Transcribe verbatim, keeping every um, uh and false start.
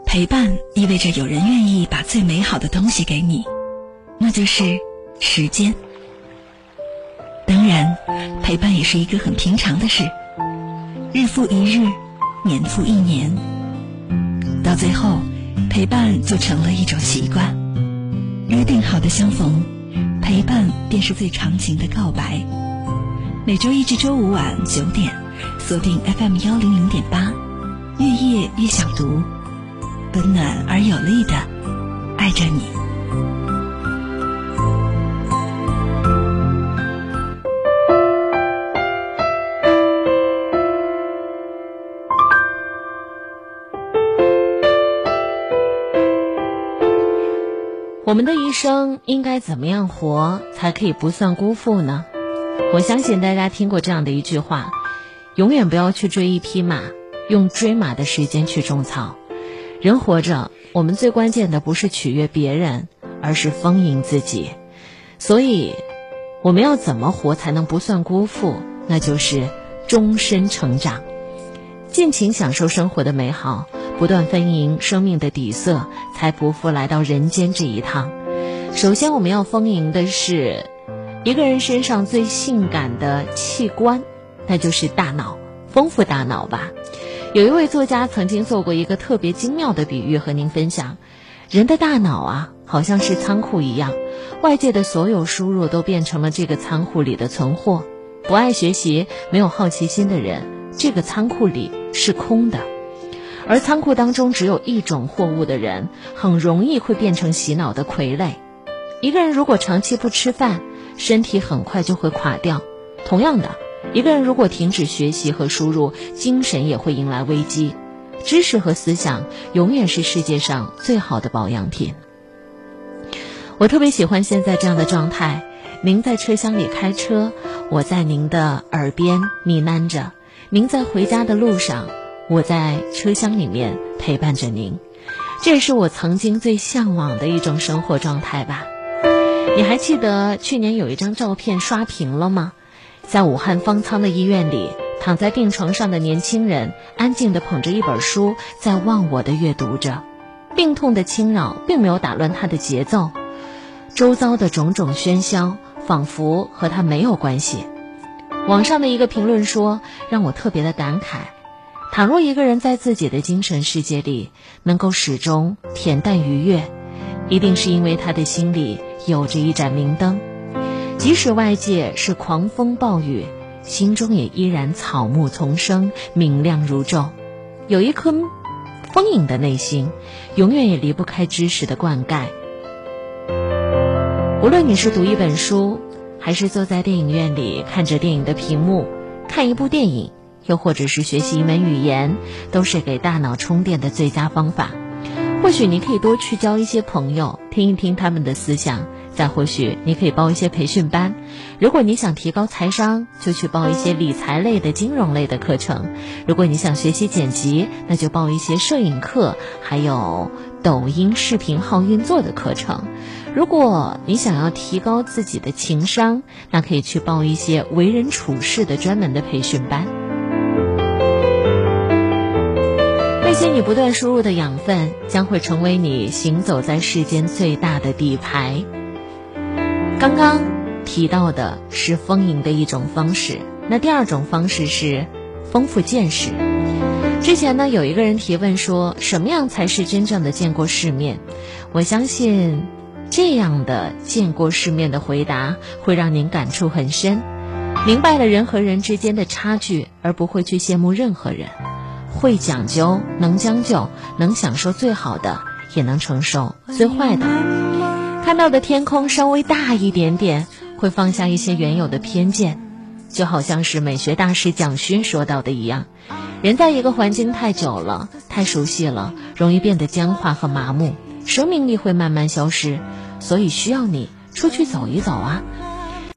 陪伴意味着有人愿意把最美好的东西给你，那就是时间。当然，陪伴也是一个很平常的事，日复一日，年复一年，到最后，陪伴就成了一种习惯。约定好的相逢，陪伴便是最长情的告白。每周一至周五晚九点，锁定 F M 幺零零点八，越夜越想读，温暖而有力的爱着你。 我们的一生应该怎么样活才可以不算辜负呢？我相信大家听过这样的一句话，永远不要去追一匹马，用追马的时间去种草。人活着，我们最关键的不是取悦别人，而是丰盈自己。所以我们要怎么活才能不算辜负？那就是终身成长，尽情享受生活的美好，不断丰盈生命的底色，才不负来到人间这一趟。首先我们要丰盈的是一个人身上最性感的器官，那就是大脑，丰富大脑吧。有一位作家曾经做过一个特别精妙的比喻和您分享，人的大脑啊，好像是仓库一样，外界的所有输入都变成了这个仓库里的存货。不爱学习，没有好奇心的人，这个仓库里是空的。而仓库当中只有一种货物的人，很容易会变成洗脑的傀儡。一个人如果长期不吃饭，身体很快就会垮掉。同样的，一个人如果停止学习和输入，精神也会迎来危机。知识和思想永远是世界上最好的保养品。我特别喜欢现在这样的状态，您在车厢里开车，我在您的耳边呢喃着，您在回家的路上，我在车厢里面陪伴着您。这也是我曾经最向往的一种生活状态吧。你还记得去年有一张照片刷屏了吗？在武汉方舱的医院里，躺在病床上的年轻人安静地捧着一本书，在忘我地阅读着。病痛的侵扰并没有打乱他的节奏，周遭的种种喧嚣仿佛和他没有关系。网上的一个评论说，让我特别的感慨，倘若一个人在自己的精神世界里能够始终恬淡愉悦，一定是因为他的心里有着一盏明灯，即使外界是狂风暴雨，心中也依然草木丛生，明亮如昼。有一颗丰盈的内心，永远也离不开知识的灌溉。无论你是读一本书，还是坐在电影院里看着电影的屏幕，看一部电影，又或者是学习一门语言，都是给大脑充电的最佳方法。或许你可以多去交一些朋友，听一听他们的思想，再或许你可以报一些培训班。如果你想提高财商，就去报一些理财类的、金融类的课程。如果你想学习剪辑，那就报一些摄影课，还有抖音视频号运作的课程。如果你想要提高自己的情商，那可以去报一些为人处事的专门的培训班。那些你不断输入的养分，将会成为你行走在世间最大的底牌。刚刚提到的是丰盈的一种方式，那第二种方式是丰富见识。之前呢，有一个人提问说，什么样才是真正的见过世面？我相信这样的见过世面的回答会让您感触很深，明白了人和人之间的差距，而不会去羡慕任何人。会讲究，能将就，能享受最好的，也能承受最坏的。看到的天空稍微大一点点，会放下一些原有的偏见。就好像是美学大师蒋勋说到的一样，人在一个环境太久了，太熟悉了，容易变得僵化和麻木，生命力会慢慢消失。所以需要你出去走一走啊，